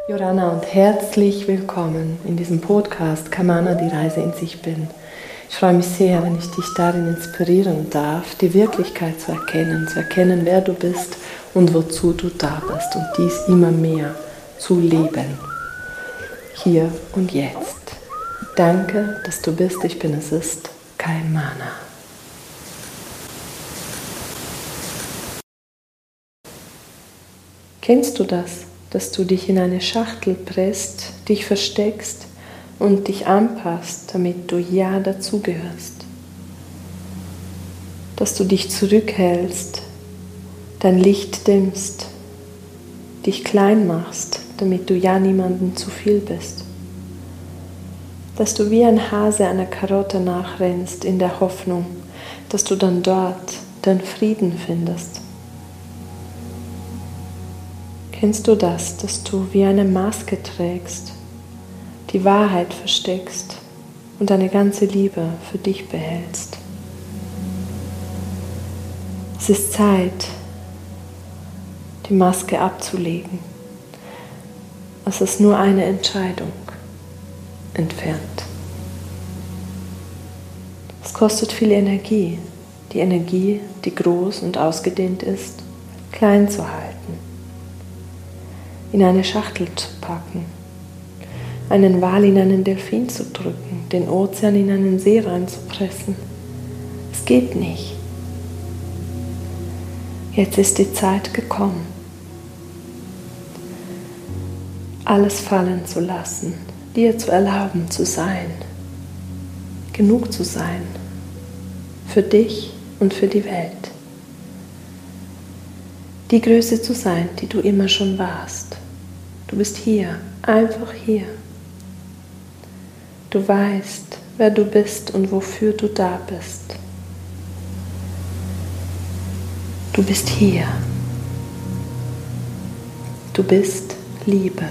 Joranna und herzlich willkommen in diesem Podcast Kamana, die Reise in sich bin. Ich freue mich sehr, wenn ich dich darin inspirieren darf, die Wirklichkeit zu erkennen, wer du bist und wozu du da bist und dies immer mehr zu leben. Hier und jetzt. Danke, dass du bist, ich bin, es ist Kamana. Kennst du das? Dass du dich in eine Schachtel presst, dich versteckst und dich anpasst, damit du ja dazugehörst. Dass du dich zurückhältst, dein Licht dimmst, dich klein machst, damit du ja niemandem zu viel bist. Dass du wie ein Hase einer Karotte nachrennst in der Hoffnung, dass du dann dort den Frieden findest. Kennst du das, dass du wie eine Maske trägst, die Wahrheit versteckst und deine ganze Liebe für dich behältst? Es ist Zeit, die Maske abzulegen. Es ist nur eine Entscheidung entfernt. Es kostet viel Energie, die Energie, die groß und ausgedehnt ist, klein zu halten. In eine Schachtel zu packen, einen Wal in einen Delfin zu drücken, den Ozean in einen See reinzupressen. Es geht nicht. Jetzt ist die Zeit gekommen, alles fallen zu lassen, dir zu erlauben zu sein, genug zu sein, für dich und für die Welt. Die Größe zu sein, die du immer schon warst. Du bist hier, einfach hier. Du weißt, wer du bist und wofür du da bist. Du bist hier. Du bist Liebe.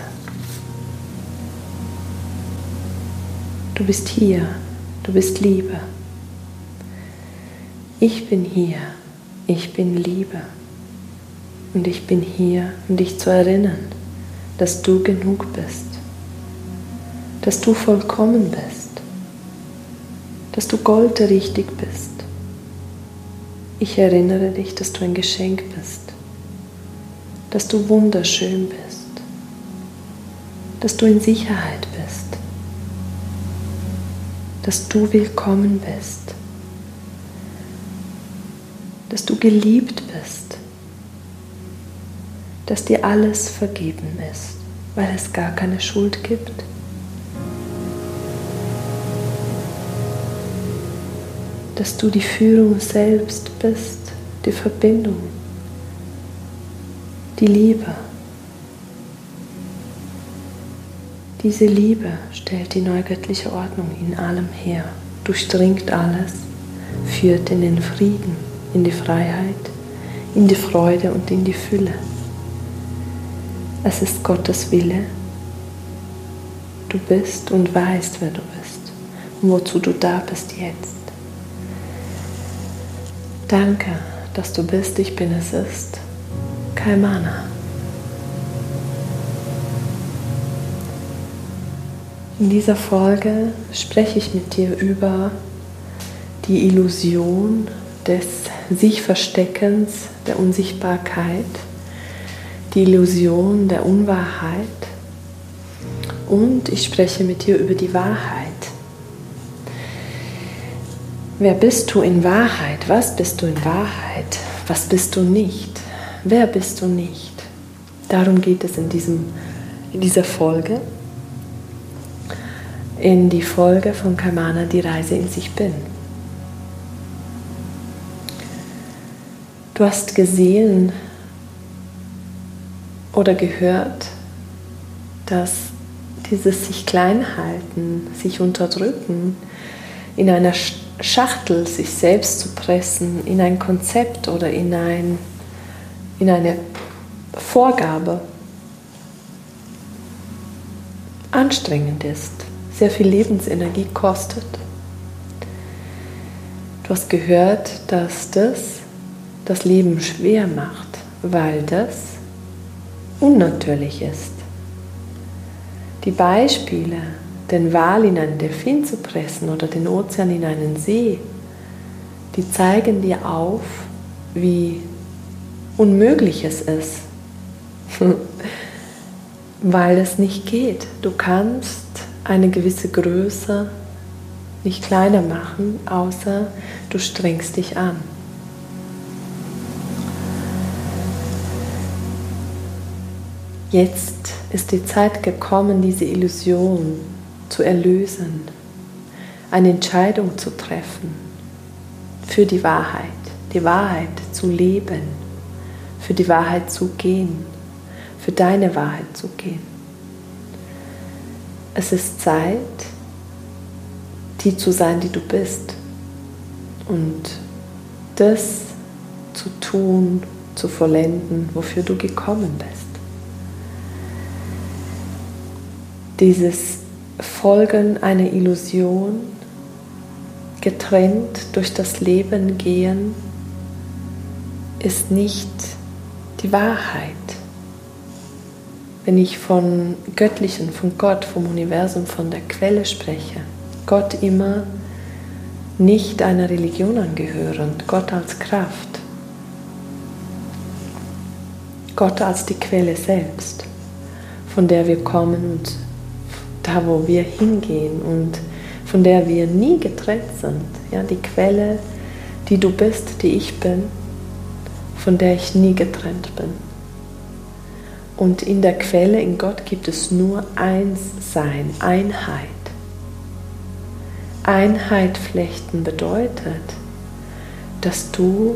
Du bist hier. Du bist Liebe. Ich bin hier. Ich bin Liebe. Und ich bin hier, um dich zu erinnern, dass du genug bist, dass du vollkommen bist, dass du goldrichtig bist. Ich erinnere dich, dass du ein Geschenk bist, dass du wunderschön bist, dass du in Sicherheit bist, dass du willkommen bist, dass du geliebt bist, dass dir alles vergeben ist, weil es gar keine Schuld gibt. Dass du die Führung selbst bist, die Verbindung, die Liebe. Diese Liebe stellt die neugöttliche Ordnung in allem her, durchdringt alles, führt in den Frieden, in die Freiheit, in die Freude und in die Fülle. Es ist Gottes Wille. Du bist und weißt, wer du bist und wozu du da bist jetzt. Danke, dass du bist, ich bin, es ist Kamana. In dieser Folge spreche ich mit dir über die Illusion des Sich-Versteckens, der Unsichtbarkeit, die Illusion der Unwahrheit und ich spreche mit dir über die Wahrheit. Wer bist du in Wahrheit? Was bist du in Wahrheit? Was bist du nicht? Wer bist du nicht? Darum geht es in dieser Folge, in die Folge von Kamana, die Reise in sich bin. Du hast gesehen, oder gehört, dass dieses sich klein halten, sich unterdrücken, in einer Schachtel sich selbst zu pressen, in ein Konzept oder in eine Vorgabe anstrengend ist, sehr viel Lebensenergie kostet. Du hast gehört, dass das Leben schwer macht, weil das unnatürlich ist. Die Beispiele, den Wal in einen Delfin zu pressen oder den Ozean in einen See, die zeigen dir auf, wie unmöglich es ist, weil es nicht geht. Du kannst eine gewisse Größe nicht kleiner machen, außer du strengst dich an. Jetzt ist die Zeit gekommen, diese Illusion zu erlösen, eine Entscheidung zu treffen für die Wahrheit zu leben, für die Wahrheit zu gehen, für deine Wahrheit zu gehen. Es ist Zeit, die zu sein, die du bist, und das zu tun, zu vollenden, wofür du gekommen bist. Dieses Folgen einer Illusion, getrennt durch das Leben gehen, ist nicht die Wahrheit. Wenn ich von Göttlichen, von Gott, vom Universum, von der Quelle spreche, Gott immer nicht einer Religion angehörend, Gott als Kraft, Gott als die Quelle selbst, von der wir kommen und da, wo wir hingehen und von der wir nie getrennt sind. Ja, die Quelle, die du bist, die ich bin, von der ich nie getrennt bin. Und in der Quelle, in Gott, gibt es nur Einssein, Einheit. Einheit flechten bedeutet, dass du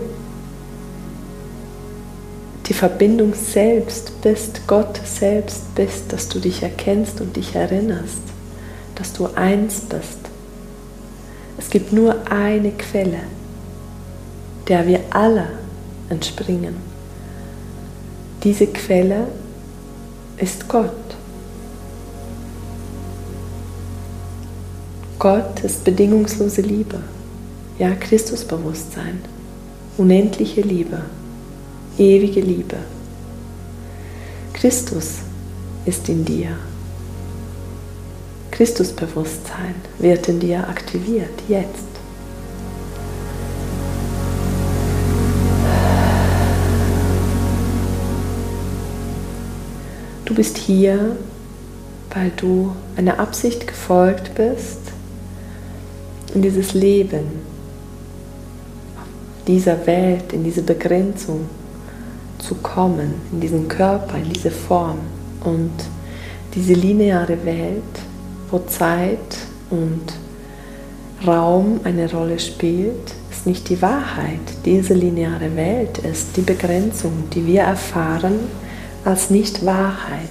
die Verbindung selbst bist, Gott selbst bist, dass du dich erkennst und dich erinnerst, dass du eins bist. Es gibt nur eine Quelle, der wir alle entspringen. Diese Quelle ist Gott. Gott ist bedingungslose Liebe, ja, Christusbewusstsein, unendliche Liebe, ewige Liebe. Christus ist in dir. Christusbewusstsein wird in dir aktiviert, jetzt. Du bist hier, weil du einer Absicht gefolgt bist, in dieses Leben, dieser Welt, in diese Begrenzung zu kommen, in diesen Körper, in diese Form. Und diese lineare Welt, wo Zeit und Raum eine Rolle spielt, ist nicht die Wahrheit. Diese lineare Welt ist die Begrenzung, die wir erfahren als Nicht-Wahrheit.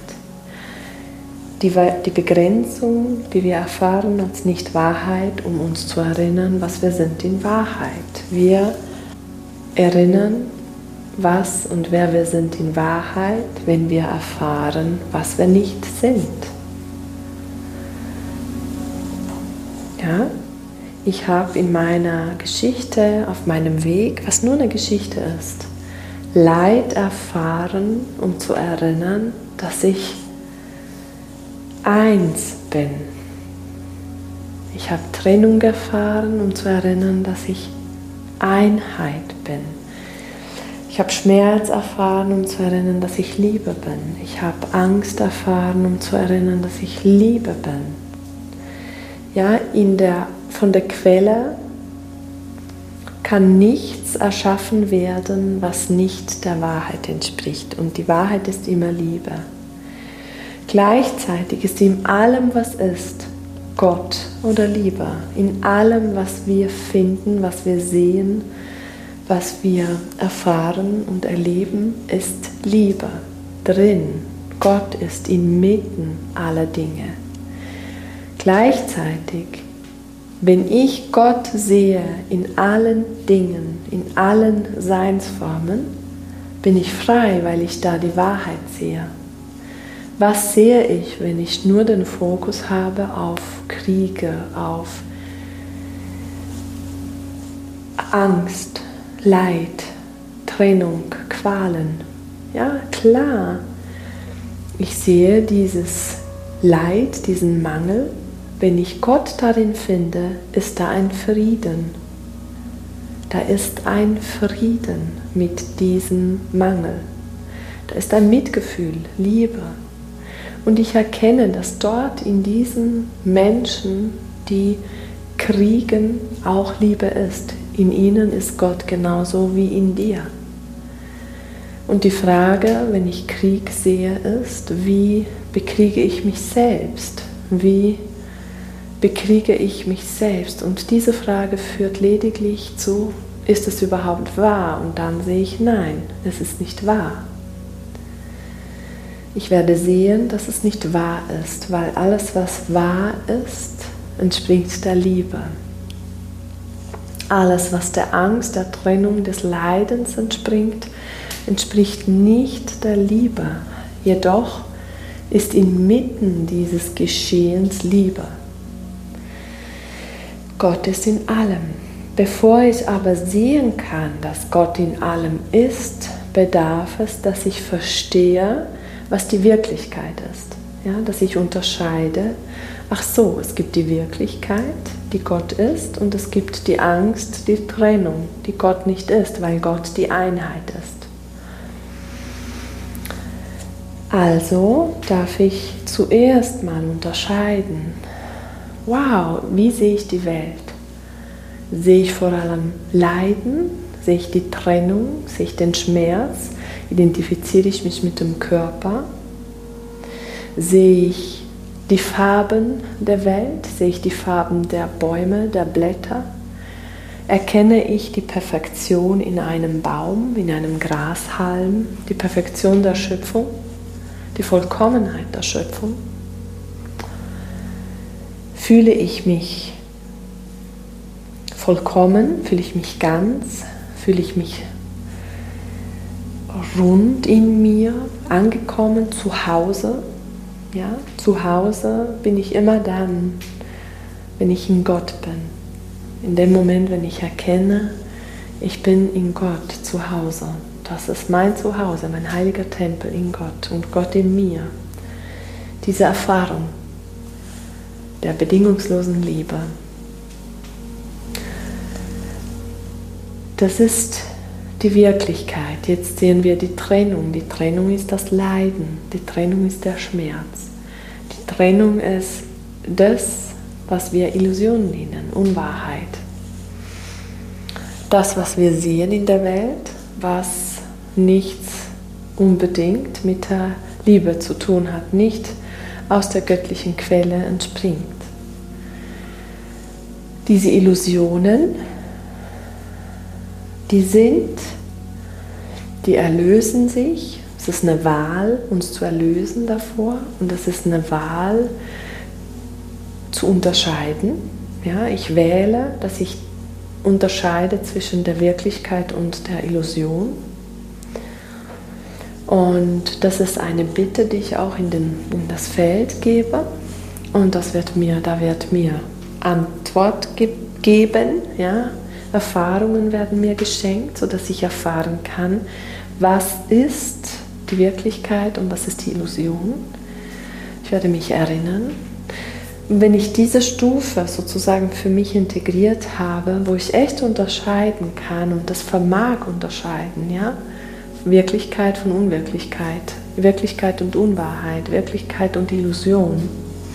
Die Begrenzung, die wir erfahren als Nicht-Wahrheit, um uns zu erinnern, was wir sind in Wahrheit. Wir erinnern, was und wer wir sind in Wahrheit, wenn wir erfahren, was wir nicht sind. Ja? Ich habe in meiner Geschichte, auf meinem Weg, was nur eine Geschichte ist, Leid erfahren, um zu erinnern, dass ich eins bin. Ich habe Trennung erfahren, um zu erinnern, dass ich Einheit bin. Ich habe Schmerz erfahren, um zu erinnern, dass ich Liebe bin. Ich habe Angst erfahren, um zu erinnern, dass ich Liebe bin. Ja, von der Quelle kann nichts erschaffen werden, was nicht der Wahrheit entspricht. Und die Wahrheit ist immer Liebe. Gleichzeitig ist in allem, was ist, Gott oder Liebe. In allem, was wir finden, was wir sehen, was wir erfahren und erleben, ist Liebe drin. Gott ist inmitten aller Dinge. Gleichzeitig, wenn ich Gott sehe in allen Dingen, in allen Seinsformen, bin ich frei, weil ich da die Wahrheit sehe. Was sehe ich, wenn ich nur den Fokus habe auf Kriege, auf Angst, Leid, Trennung, Qualen? Ja, klar. Ich sehe dieses Leid, diesen Mangel, wenn ich Gott darin finde, ist da ein Frieden. Da ist ein Frieden mit diesem Mangel. Da ist ein Mitgefühl, Liebe. Und ich erkenne, dass dort in diesen Menschen, die kriegen, auch Liebe ist. In ihnen ist Gott genauso wie in dir. Und die Frage, wenn ich Krieg sehe, ist, wie bekriege ich mich selbst? Wie bekriege ich mich selbst? Und diese Frage führt lediglich zu, ist es überhaupt wahr? Und dann sehe ich, nein, es ist nicht wahr. Ich werde sehen, dass es nicht wahr ist, weil alles, was wahr ist, entspringt der Liebe. Alles, was der Angst, der Trennung, des Leidens entspringt, entspricht nicht der Liebe. Jedoch ist inmitten dieses Geschehens Liebe. Gott ist in allem. Bevor ich aber sehen kann, dass Gott in allem ist, bedarf es, dass ich verstehe, was die Wirklichkeit ist. Ja, dass ich unterscheide, ach so, es gibt die Wirklichkeit, die Gott ist, und es gibt die Angst, die Trennung, die Gott nicht ist, weil Gott die Einheit ist. Also darf ich zuerst mal unterscheiden, wow, wie sehe ich die Welt? Sehe ich vor allem Leiden? Sehe ich die Trennung? Sehe ich den Schmerz? Identifiziere ich mich mit dem Körper? Sehe ich die Farben der Welt? Sehe ich die Farben der Bäume, der Blätter? Erkenne ich die Perfektion in einem Baum, in einem Grashalm, die Perfektion der Schöpfung, die Vollkommenheit der Schöpfung? Fühle ich mich vollkommen? Fühle ich mich ganz? Fühle ich mich rund in mir, angekommen, zu Hause? Ja, zu Hause bin ich immer dann, wenn ich in Gott bin. In dem Moment, wenn ich erkenne, ich bin in Gott zu Hause. Das ist mein Zuhause, mein heiliger Tempel in Gott und Gott in mir. Diese Erfahrung der bedingungslosen Liebe. Das ist die Wirklichkeit. Jetzt sehen wir die Trennung. Die Trennung ist das Leiden. Die Trennung ist der Schmerz. Die Trennung ist das, was wir Illusion nennen, Unwahrheit. Das, was wir sehen in der Welt, was nichts unbedingt mit der Liebe zu tun hat, nicht aus der göttlichen Quelle entspringt. Diese Illusionen, die erlösen sich. Es ist eine Wahl, uns zu erlösen davor, und es ist eine Wahl, zu unterscheiden. Ja, ich wähle, dass ich unterscheide zwischen der Wirklichkeit und der Illusion. Und das ist eine Bitte, die ich auch in das Feld gebe. Und da wird mir Antwort geben. Ja? Erfahrungen werden mir geschenkt, sodass ich erfahren kann, was ist die Wirklichkeit und was ist die Illusion. Ich werde mich erinnern. Und wenn ich diese Stufe sozusagen für mich integriert habe, wo ich echt unterscheiden kann und das vermag unterscheiden, ja? Wirklichkeit von Unwirklichkeit, Wirklichkeit und Unwahrheit, Wirklichkeit und Illusion,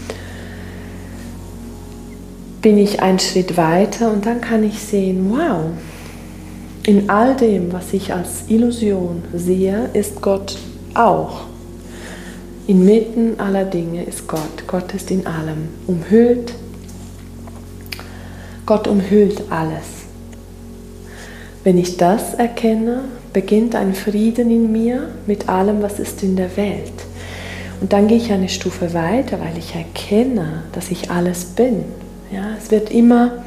bin ich einen Schritt weiter und dann kann ich sehen, wow, in all dem, was ich als Illusion sehe, ist Gott auch. Inmitten aller Dinge ist Gott. Gott ist in allem umhüllt. Gott umhüllt alles. Wenn ich das erkenne, beginnt ein Frieden in mir mit allem, was ist in der Welt. Und dann gehe ich eine Stufe weiter, weil ich erkenne, dass ich alles bin. Ja, es wird immer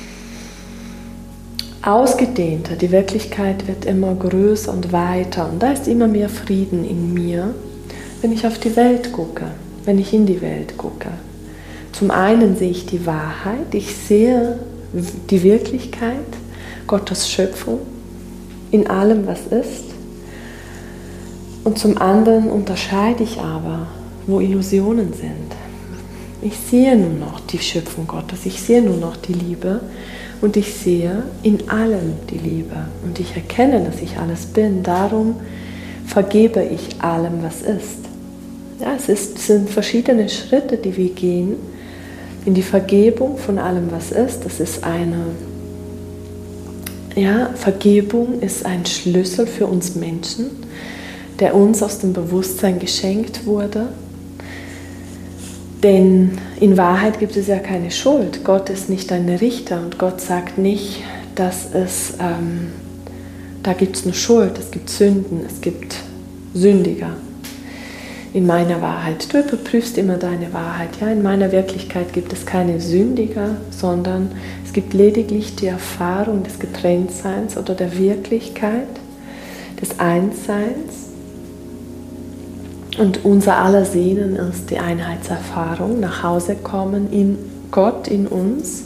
ausgedehnter, die Wirklichkeit wird immer größer und weiter. Und da ist immer mehr Frieden in mir, wenn ich auf die Welt gucke, wenn ich in die Welt gucke. Zum einen sehe ich die Wahrheit, ich sehe die Wirklichkeit, Gottes Schöpfung in allem, was ist. Und zum anderen unterscheide ich aber, wo Illusionen sind. Ich sehe nur noch die Schöpfung Gottes, ich sehe nur noch die Liebe und ich sehe in allem die Liebe und ich erkenne, dass ich alles bin. Darum vergebe ich allem, was ist. Ja, es sind verschiedene Schritte, die wir gehen in die Vergebung von allem, was ist. Das ist Vergebung ist ein Schlüssel für uns Menschen, der uns aus dem Bewusstsein geschenkt wurde. Denn in Wahrheit gibt es ja keine Schuld. Gott ist nicht ein Richter und Gott sagt nicht, dass da gibt es nur Schuld, es gibt Sünden, es gibt Sündiger. In meiner Wahrheit, du überprüfst immer deine Wahrheit. Ja? In meiner Wirklichkeit gibt es keine Sündiger, sondern es gibt lediglich die Erfahrung des Getrenntseins oder der Wirklichkeit, des Einsseins. Und unser aller Sehnen ist die Einheitserfahrung, nach Hause kommen in Gott, in uns.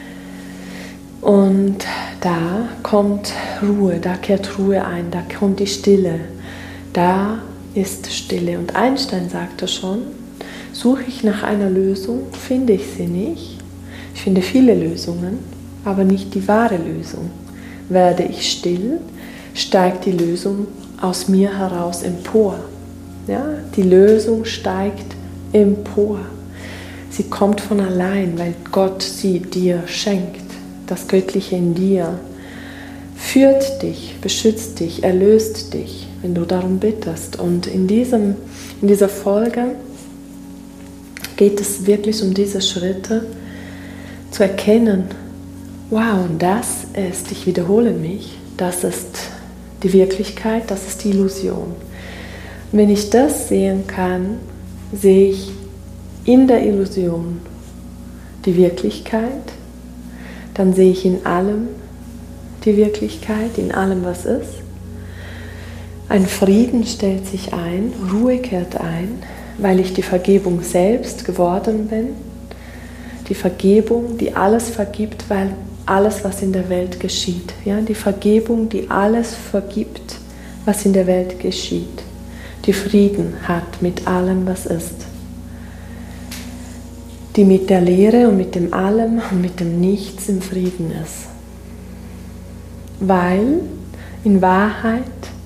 Und da kommt Ruhe, da kehrt Ruhe ein, da kommt die Stille, da ist Stille. Und Einstein sagte schon, suche ich nach einer Lösung, finde ich sie nicht. Ich finde viele Lösungen, aber nicht die wahre Lösung. Werde ich still, steigt die Lösung aus mir heraus empor. Ja, die Lösung steigt empor. Sie kommt von allein, weil Gott sie dir schenkt. Das Göttliche in dir führt dich, beschützt dich, erlöst dich, wenn du darum bittest. Und in dieser Folge geht es wirklich um diese Schritte, zu erkennen, wow, und das ist, ich wiederhole mich, das ist die Wirklichkeit, das ist die Illusion. Und wenn ich das sehen kann, sehe ich in der Illusion die Wirklichkeit, dann sehe ich in allem die Wirklichkeit, in allem, was ist. Ein Frieden stellt sich ein, Ruhe kehrt ein, weil ich die Vergebung selbst geworden bin. Die Vergebung, die alles vergibt, weil alles, was in der Welt geschieht. Ja, die Vergebung, die alles vergibt, was in der Welt geschieht. Die Frieden hat mit allem, was ist. Die mit der Leere und mit dem Allem und mit dem Nichts im Frieden ist. Weil in Wahrheit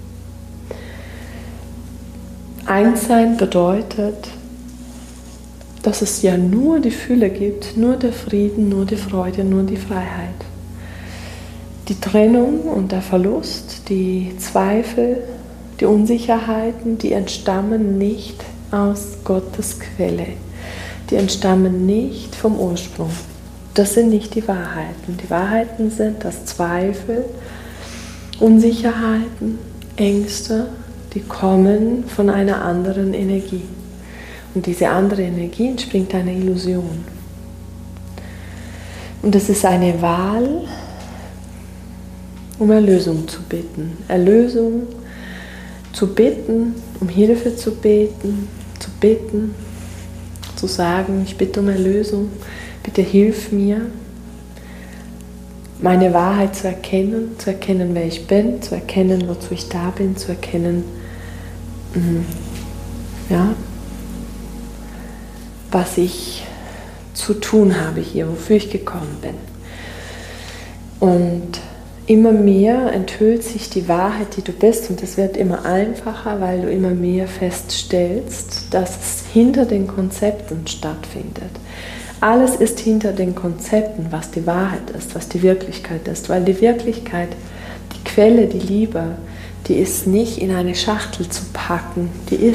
Einssein bedeutet, dass es ja nur die Fülle gibt, nur der Frieden, nur die Freude, nur die Freiheit. Die Trennung und der Verlust, die Zweifel, die Unsicherheiten, die entstammen nicht aus Gottes Quelle. Die entstammen nicht vom Ursprung. Das sind nicht die Wahrheiten. Die Wahrheiten sind, dass Zweifel, Unsicherheiten, Ängste, die kommen von einer anderen Energie. Und diese andere Energie entspringt einer Illusion. Und es ist eine Wahl, um Erlösung zu bitten. Erlösung zu bitten, um Hilfe zu beten, zu sagen, ich bitte um Erlösung, bitte hilf mir, meine Wahrheit zu erkennen, wer ich bin, zu erkennen, wozu ich da bin, zu erkennen, was ich zu tun habe hier, wofür ich gekommen bin. Und immer mehr enthüllt sich die Wahrheit, die du bist, und es wird immer einfacher, weil du immer mehr feststellst, dass es hinter den Konzepten stattfindet. Alles ist hinter den Konzepten, was die Wahrheit ist, was die Wirklichkeit ist, weil die Wirklichkeit, die Quelle, die Liebe, die ist nicht in eine Schachtel zu packen,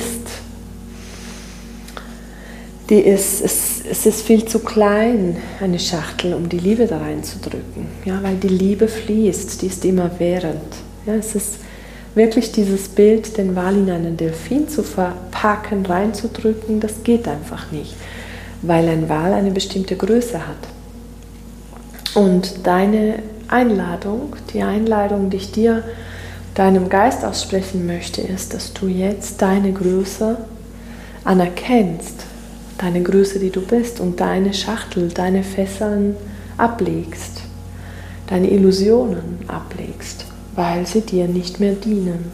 es ist viel zu klein, eine Schachtel, um die Liebe da reinzudrücken, ja, weil die Liebe fließt, die ist immerwährend. Ja, es ist wirklich dieses Bild, den Wal in einen Delfin zu verpacken, reinzudrücken, das geht einfach nicht, weil ein Wal eine bestimmte Größe hat. Und deine Einladung, die Einladung, die ich dir, deinem Geist aussprechen möchte, ist, dass du jetzt deine Größe anerkennst, deine Größe, die du bist, und deine Schachtel, deine Fesseln ablegst, deine Illusionen ablegst, weil sie dir nicht mehr dienen.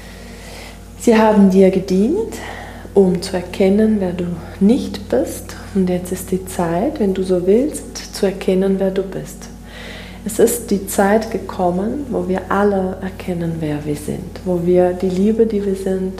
Sie haben dir gedient, um zu erkennen, wer du nicht bist, Und jetzt ist die Zeit, wenn du so willst, zu erkennen, wer du bist. Es ist die Zeit gekommen, wo wir alle erkennen, wer wir sind, wo wir die Liebe, die wir sind,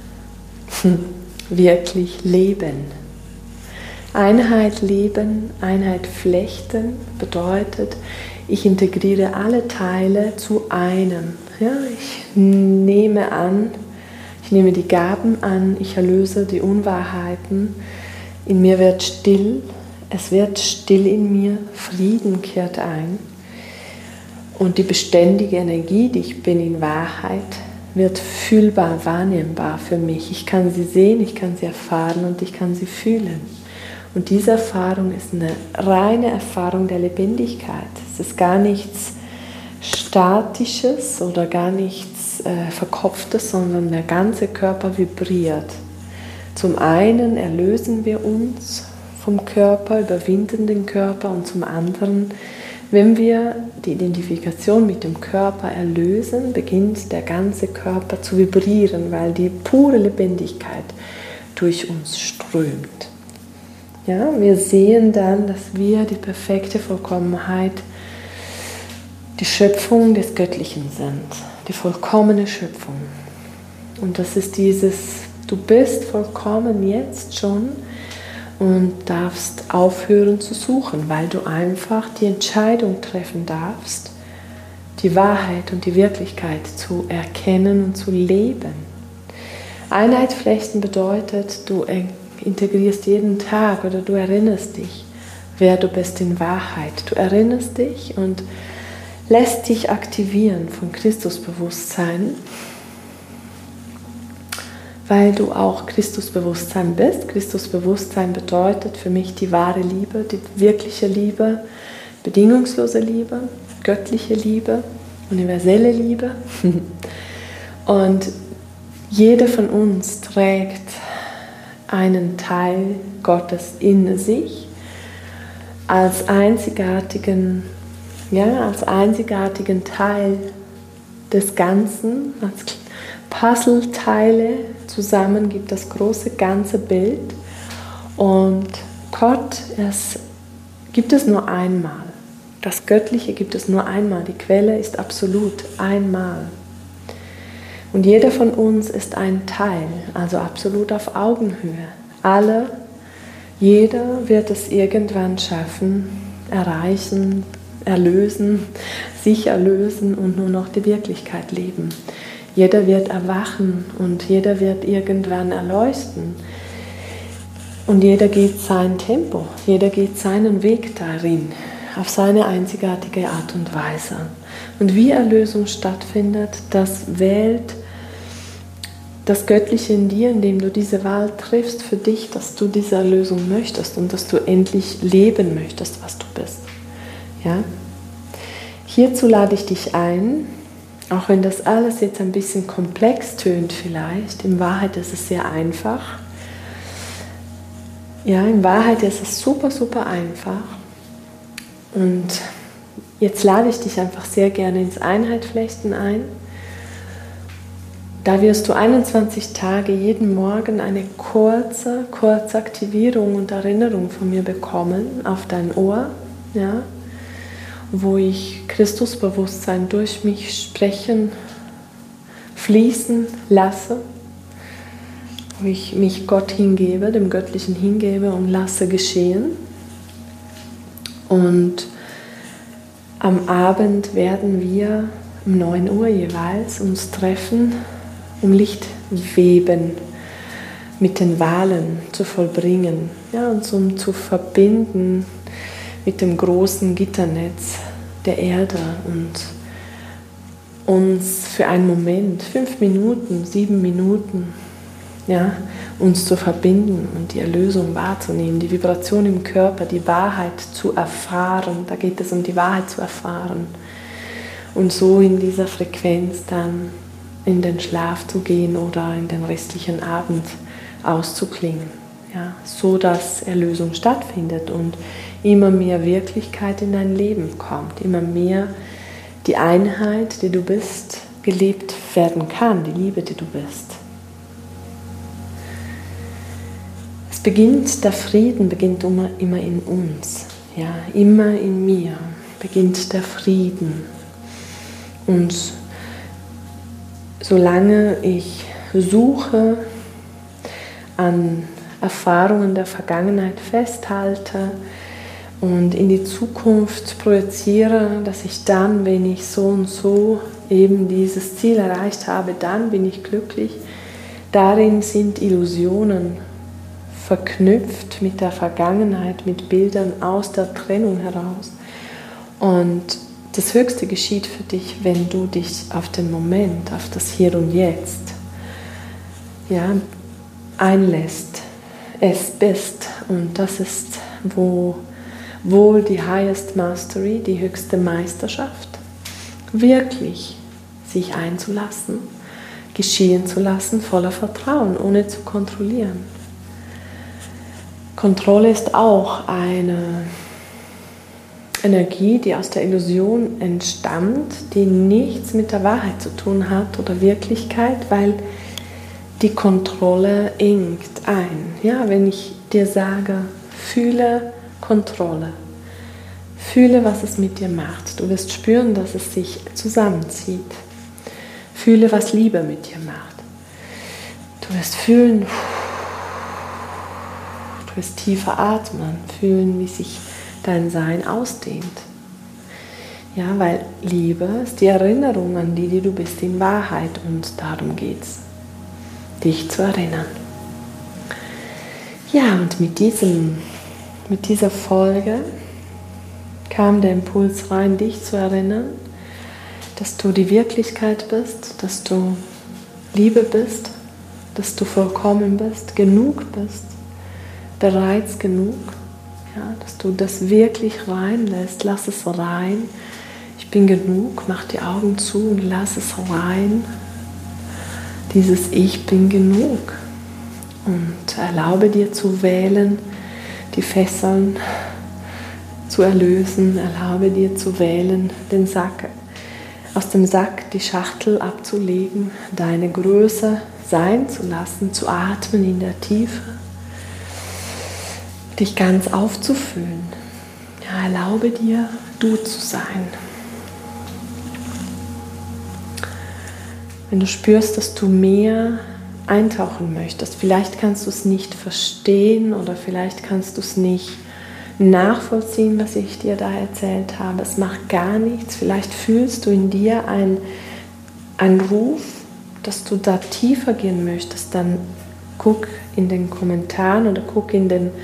wirklich leben. Einheit leben, Einheit flechten bedeutet, ich integriere alle Teile zu einem. Ja, ich nehme die Gaben an, ich erlöse die Unwahrheiten, in mir wird still, es wird still in mir, Frieden kehrt ein und die beständige Energie, die ich bin in Wahrheit, wird fühlbar, wahrnehmbar für mich. Ich kann sie sehen, ich kann sie erfahren und ich kann sie fühlen. Und diese Erfahrung ist eine reine Erfahrung der Lebendigkeit. Es ist gar nichts Statisches oder gar nichts Verkopftes, sondern der ganze Körper vibriert. Zum einen erlösen wir uns vom Körper, überwinden den Körper und zum anderen, wenn wir die Identifikation mit dem Körper erlösen, beginnt der ganze Körper zu vibrieren, weil die pure Lebendigkeit durch uns strömt. Ja, wir sehen dann, dass wir die perfekte Vollkommenheit, die Schöpfung des Göttlichen sind, die vollkommene Schöpfung. Und das ist dieses, du bist vollkommen jetzt schon und darfst aufhören zu suchen, weil du einfach die Entscheidung treffen darfst, die Wahrheit und die Wirklichkeit zu erkennen und zu leben. Einheit flechten bedeutet, du integrierst jeden Tag oder du erinnerst dich, wer du bist in Wahrheit. Du erinnerst dich und lässt dich aktivieren von Christusbewusstsein, weil du auch Christusbewusstsein bist. Christusbewusstsein bedeutet für mich die wahre Liebe, die wirkliche Liebe, bedingungslose Liebe, göttliche Liebe, universelle Liebe. Und jeder von uns trägt einen Teil Gottes in sich als einzigartigen Teil des Ganzen, als Puzzleteile zusammen gibt das große ganze Bild. Und Gott, gibt es nur einmal. Das Göttliche gibt es nur einmal. Die Quelle ist absolut einmal. Und jeder von uns ist ein Teil, also absolut auf Augenhöhe. Jeder wird es irgendwann schaffen, erreichen, erlösen, sich erlösen und nur noch die Wirklichkeit leben. Jeder wird erwachen und jeder wird irgendwann erleuchten. Und jeder geht sein Tempo, jeder geht seinen Weg darin, auf seine einzigartige Art und Weise. Und wie Erlösung stattfindet, das wählt das Göttliche in dir, indem du diese Wahl triffst für dich, dass du diese Erlösung möchtest und dass du endlich leben möchtest, was du bist. Ja? Hierzu lade ich dich ein, auch wenn das alles jetzt ein bisschen komplex tönt vielleicht, in Wahrheit ist es sehr einfach. Ja, in Wahrheit ist es super, super einfach. Und jetzt lade ich dich einfach sehr gerne ins Einheitflechten ein. Da wirst du 21 Tage jeden Morgen eine kurze Aktivierung und Erinnerung von mir bekommen auf dein Ohr, ja, wo ich Christusbewusstsein durch mich sprechen, fließen lasse, wo ich mich Gott hingebe, dem Göttlichen hingebe und lasse geschehen. Und am Abend werden wir um 9 Uhr jeweils uns treffen, um Lichtweben mit den Walen zu vollbringen, ja, und um zu verbinden mit dem großen Gitternetz der Erde und uns für einen Moment, 5 Minuten, 7 Minuten, ja, uns zu verbinden und die Erlösung wahrzunehmen, die Vibration im Körper, die Wahrheit zu erfahren. Da geht es um die Wahrheit zu erfahren und so in dieser Frequenz dann in den Schlaf zu gehen oder in den restlichen Abend auszuklingen, ja, so dass Erlösung stattfindet und immer mehr Wirklichkeit in dein Leben kommt, immer mehr die Einheit, die du bist, gelebt werden kann, die Liebe, die du bist. Es der Frieden beginnt immer in uns, ja, immer in mir beginnt der Frieden. Und solange ich suche, an Erfahrungen der Vergangenheit festhalte und in die Zukunft projiziere, dass ich dann, wenn ich so und so eben dieses Ziel erreicht habe, dann bin ich glücklich. Darin sind Illusionen verknüpft mit der Vergangenheit, mit Bildern aus der Trennung heraus. Und das Höchste geschieht für dich, wenn du dich auf den Moment, auf das Hier und Jetzt, ja, einlässt, es bist. Und das ist wohl die Highest Mastery, die höchste Meisterschaft, wirklich sich einzulassen, geschehen zu lassen, voller Vertrauen, ohne zu kontrollieren. Kontrolle ist auch eine Energie, die aus der Illusion entstammt, die nichts mit der Wahrheit zu tun hat oder Wirklichkeit, weil die Kontrolle engt ein. Ja, wenn ich dir sage, fühle Kontrolle, fühle, was es mit dir macht. Du wirst spüren, dass es sich zusammenzieht. Fühle, was Liebe mit dir macht. Du wirst fühlen, du wirst tiefer atmen, fühlen, wie sich dein Sein ausdehnt. Ja, weil Liebe ist die Erinnerung an die du bist in Wahrheit, und darum geht's, dich zu erinnern. Ja, und mit dieser Folge kam der Impuls rein, dich zu erinnern, dass du die Wirklichkeit bist, dass du Liebe bist, dass du vollkommen bist, genug bist, bereits genug. Ja, dass du das wirklich reinlässt, lass es rein. Ich bin genug, mach die Augen zu und lass es rein. Dieses Ich bin genug. Und erlaube dir zu wählen, die Fesseln zu erlösen. Erlaube dir zu wählen, den Sack, aus dem Sack die Schachtel abzulegen, deine Größe sein zu lassen, zu atmen in der Tiefe. Dich ganz aufzufüllen. Ja, erlaube dir, du zu sein. Wenn du spürst, dass du mehr eintauchen möchtest, vielleicht kannst du es nicht verstehen oder vielleicht kannst du es nicht nachvollziehen, was ich dir da erzählt habe. Es macht gar nichts. Vielleicht fühlst du in dir einen Ruf, dass du da tiefer gehen möchtest. Dann guck in den Kommentaren oder guck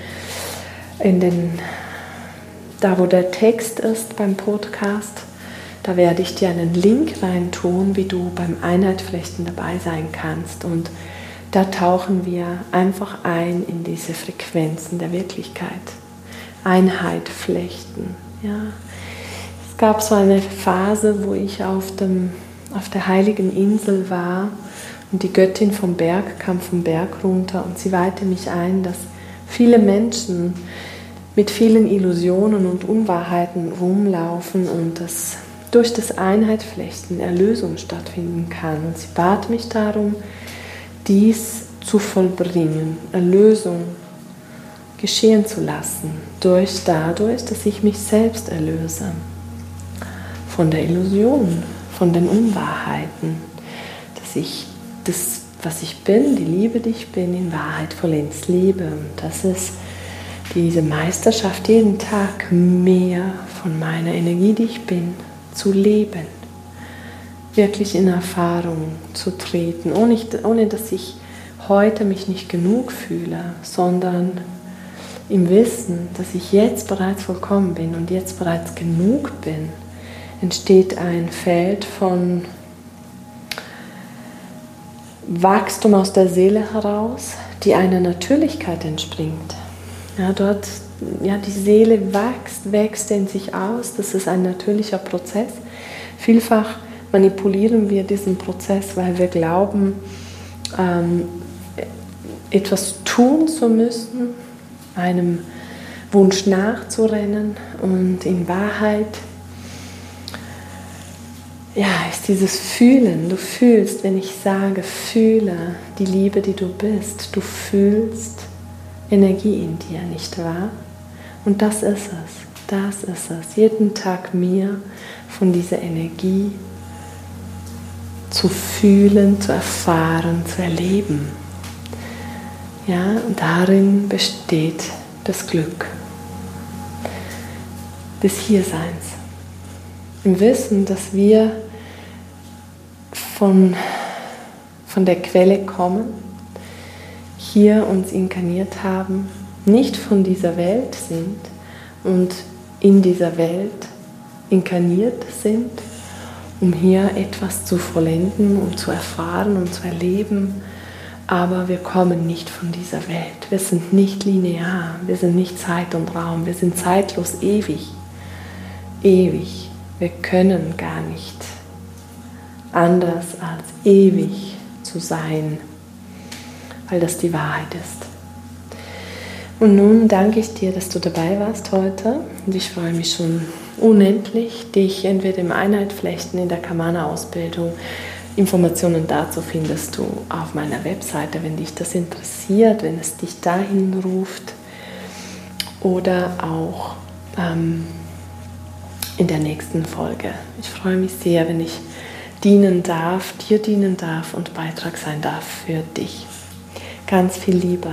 da wo der Text ist beim Podcast, da werde ich dir einen Link reintun, wie du beim Einheitflechten dabei sein kannst. Und da tauchen wir einfach ein in diese Frequenzen der Wirklichkeit. Einheit flechten. Ja. Es gab so eine Phase, wo ich auf der heiligen Insel war und die Göttin vom Berg kam vom Berg runter und sie weihte mich ein, dass viele Menschen mit vielen Illusionen und Unwahrheiten rumlaufen und dass durch das Einheitflechten Erlösung stattfinden kann. Und sie bat mich darum, dies zu vollbringen, Erlösung geschehen zu lassen, dadurch, dass ich mich selbst erlöse von der Illusion, von den Unwahrheiten, dass ich das, was ich bin, die Liebe, die ich bin, in Wahrheit vollends lebe. Und das ist diese Meisterschaft, jeden Tag mehr von meiner Energie, die ich bin, zu leben, wirklich in Erfahrung zu treten, ohne dass ich heute mich nicht genug fühle, sondern im Wissen, dass ich jetzt bereits vollkommen bin und jetzt bereits genug bin, entsteht ein Feld von Wachstum aus der Seele heraus, die einer Natürlichkeit entspringt. Ja, die Seele wächst in sich aus, das ist ein natürlicher Prozess. Vielfach manipulieren wir diesen Prozess, weil wir glauben, etwas tun zu müssen, einem Wunsch nachzurennen, und in Wahrheit ist dieses Fühlen. Du fühlst, wenn ich sage, fühle die Liebe, die du bist. Du fühlst Energie in dir, nicht wahr? Und das ist es, jeden Tag mehr von dieser Energie zu fühlen, zu erfahren, zu erleben. Ja, und darin besteht das Glück des Hierseins. Im Wissen, dass wir von der Quelle kommen, hier uns inkarniert haben, nicht von dieser Welt sind und in dieser Welt inkarniert sind, um hier etwas zu vollenden und zu erfahren und zu erleben. Aber wir kommen nicht von dieser Welt. Wir sind nicht linear, wir sind nicht Zeit und Raum, wir sind zeitlos ewig. Ewig. Wir können gar nicht anders als ewig zu sein, weil das die Wahrheit ist. Und nun danke ich dir, dass du dabei warst heute und ich freue mich schon unendlich, dich entweder im Einheitflechten in der Kamana-Ausbildung, Informationen dazu findest du auf meiner Webseite, wenn dich das interessiert, wenn es dich dahin ruft, oder auch in der nächsten Folge. Ich freue mich sehr, wenn ich dienen darf, dir dienen darf und Beitrag sein darf für dich. Ganz viel Liebe.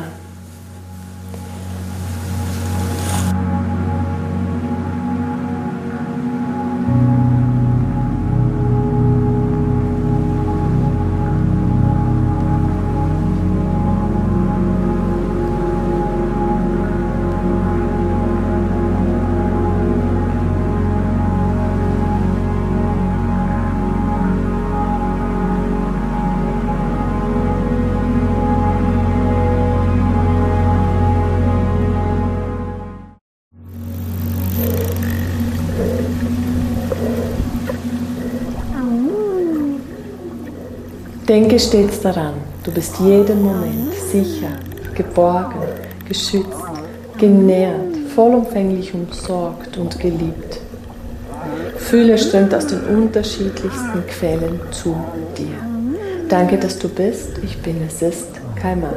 Denke stets daran, du bist jeden Moment sicher, geborgen, geschützt, genährt, vollumfänglich umsorgt und geliebt. Fühle strömt aus den unterschiedlichsten Quellen zu dir. Danke, dass du bist, ich bin, es ist Kaimana.